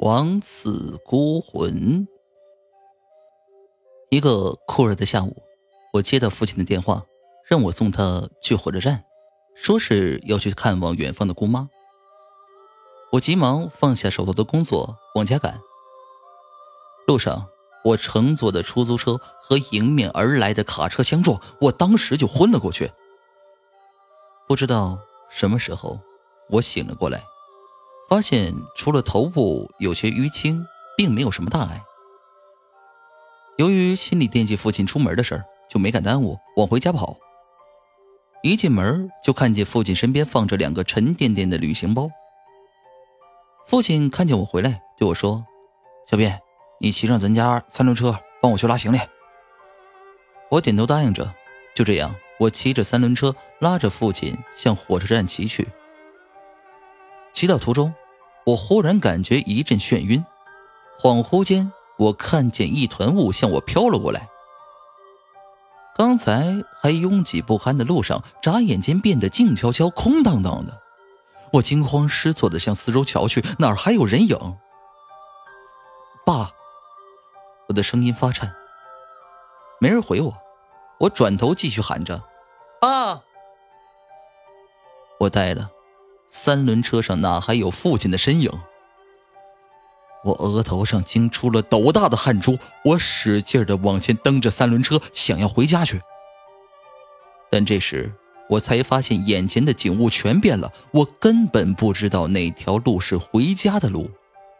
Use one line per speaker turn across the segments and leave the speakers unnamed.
枉死孤魂。一个酷热的下午，我接到父亲的电话，让我送他去火车站，说是要去看望远方的姑妈。我急忙放下手头的工作往家赶。路上，我乘坐的出租车和迎面而来的卡车相撞，我当时就昏了过去。不知道什么时候我醒了过来，发现除了头部有些淤青，并没有什么大碍。由于心里惦记父亲出门的事儿，就没敢耽误往回家跑。一进门就看见父亲身边放着2个沉甸甸的旅行包。父亲看见我回来对我说：“小斌，你骑上咱家3轮车帮我去拉行李。”我点头答应着。就这样，我骑着3轮车拉着父亲向火车站骑去。骑到途中，我忽然感觉一阵眩晕，恍惚间我看见一团雾向我飘了过来。刚才还拥挤不堪的路上，眨眼间变得静悄悄空荡荡的。我惊慌失措地向四周瞧去，哪儿还有人影？爸！我的声音发颤。没人回我，我转头继续喊着：“爸！”我呆了，3轮车上哪还有父亲的身影？我额头上惊出了斗大的汗珠，我使劲地往前蹬着3轮车，想要回家去。但这时我才发现眼前的景物全变了，我根本不知道哪条路是回家的路。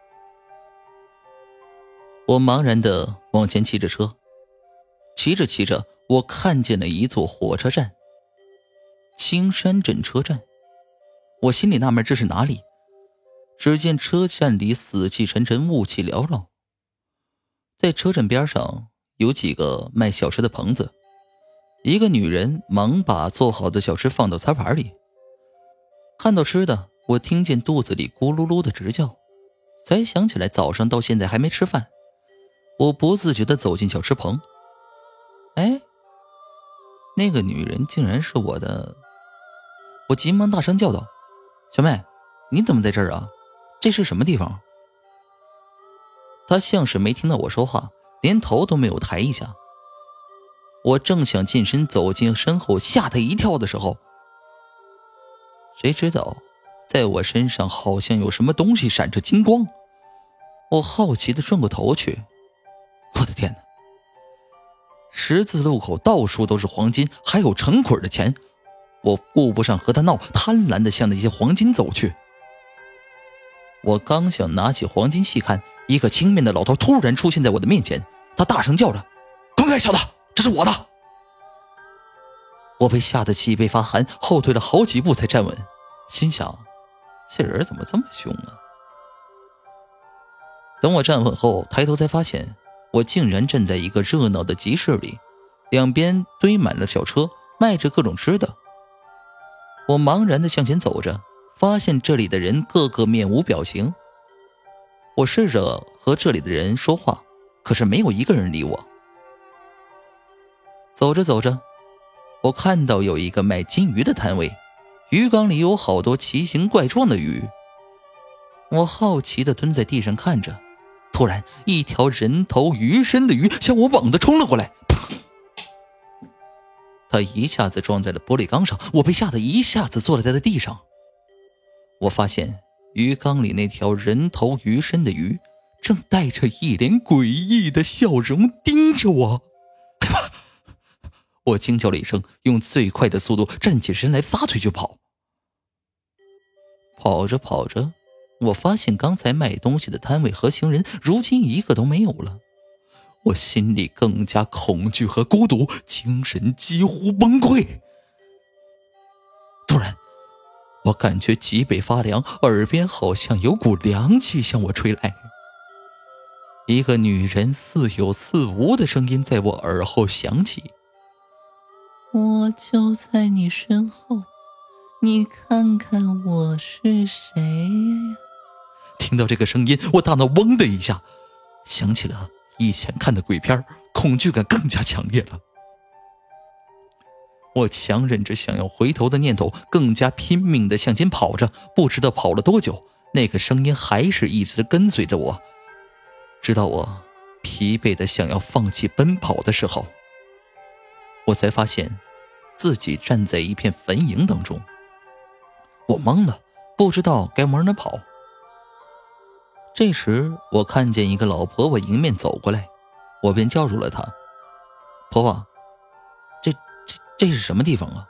我茫然地往前骑着车，骑着骑着，我看见了一座火车站——青山镇车站。我心里纳闷这是哪里？只见车站里死气沉沉，雾气缭绕。在车站边上有几个卖小吃的棚子，一个女人忙把做好的小吃放到餐盘里。看到吃的，我听见肚子里咕噜噜的直叫，才想起来早上到现在还没吃饭。我不自觉地走进小吃棚，那个女人竟然是我的。我急忙大声叫道：“小妹，你怎么在这儿啊？这是什么地方？”她像是没听到我说话，连头都没有抬一下。我正想近身走进身后吓她一跳的时候，谁知道在我身上好像有什么东西闪着金光。我好奇地转过头去，我的天哪！十字路口到处都是黄金，还有成捆的钱。我顾不上和他闹，贪婪地向那些黄金走去。我刚想拿起黄金细看，一个青面的老头突然出现在我的面前，他大声叫着：“滚开，小子，这是我的！”我被吓得脊背发寒，后退了好几步才站稳，心想：这人怎么这么凶啊？等我站稳后，抬头才发现我竟然站在一个热闹的集市里，两边堆满了小车，卖着各种吃的。我茫然地向前走着，发现这里的人个个面无表情。我试着和这里的人说话，可是没有一个人理我。走着走着，我看到有一个卖金鱼的摊位，鱼缸里有好多奇形怪状的鱼。我好奇地蹲在地上看着，突然一条人头鱼身的鱼向我猛地冲了过来，他一下子撞在了玻璃缸上，我被吓得一下子坐了在了地上。我发现鱼缸里那条人头鱼身的鱼正带着一脸诡异的笑容盯着我。我惊叫了一声，用最快的速度站起身来，撒腿就跑。跑着跑着，我发现刚才卖东西的摊位和行人如今一个都没有了。我心里更加恐惧和孤独，精神几乎崩溃。突然，我感觉脊背发凉，耳边好像有股凉气向我吹来。一个女人似有似无的声音在我耳后响起：“我就在你身后，你看看我是谁呀？”听到这个声音，我大脑嗡的一下，想起了以前看的鬼片，恐惧感更加强烈了。我强忍着想要回头的念头，更加拼命地向前跑着，不知道跑了多久， 那个声音还是一直跟随着我，直到我疲惫的想要放弃奔跑的时候，我才发现自己站在一片坟茔当中。我懵了，不知道该往哪跑。这时我看见一个老婆婆迎面走过来，我便叫住了她：“婆婆，这是什么地方啊？”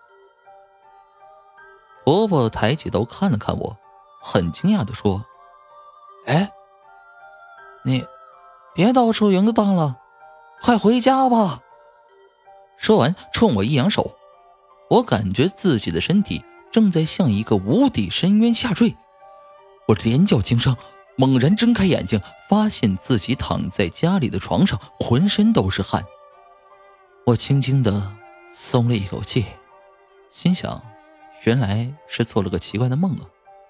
婆婆抬起头看了看我，很惊讶地说：“哎，你别到处游荡了，快回家吧。”说完冲我一扬手，我感觉自己的身体正在向一个无底深渊下坠。我连叫惊声，猛然睁开眼睛，发现自己躺在家里的床上，浑身都是汗。我轻轻地松了一口气，心想原来是做了个奇怪的梦啊。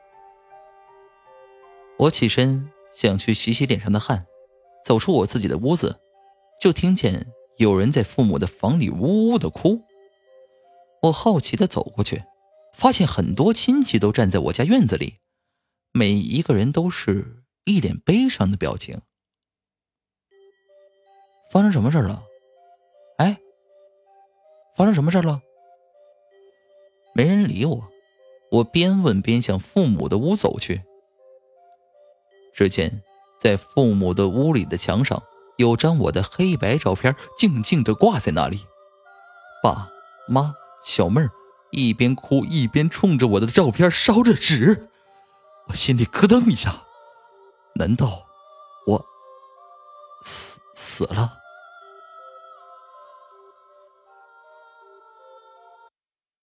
我起身想去洗洗脸上的汗，走出我自己的屋子，就听见有人在父母的房里呜呜的哭。我好奇地走过去，发现很多亲戚都站在我家院子里，每一个人都是一脸悲伤的表情。发生什么事了？哎，发生什么事了？没人理我，我边问边向父母的屋走去。只见在父母的屋里的墙上有张我的黑白照片静静地挂在那里，爸妈小妹儿一边哭一边冲着我的照片烧着纸。我心里咯噔一下，难道我死了？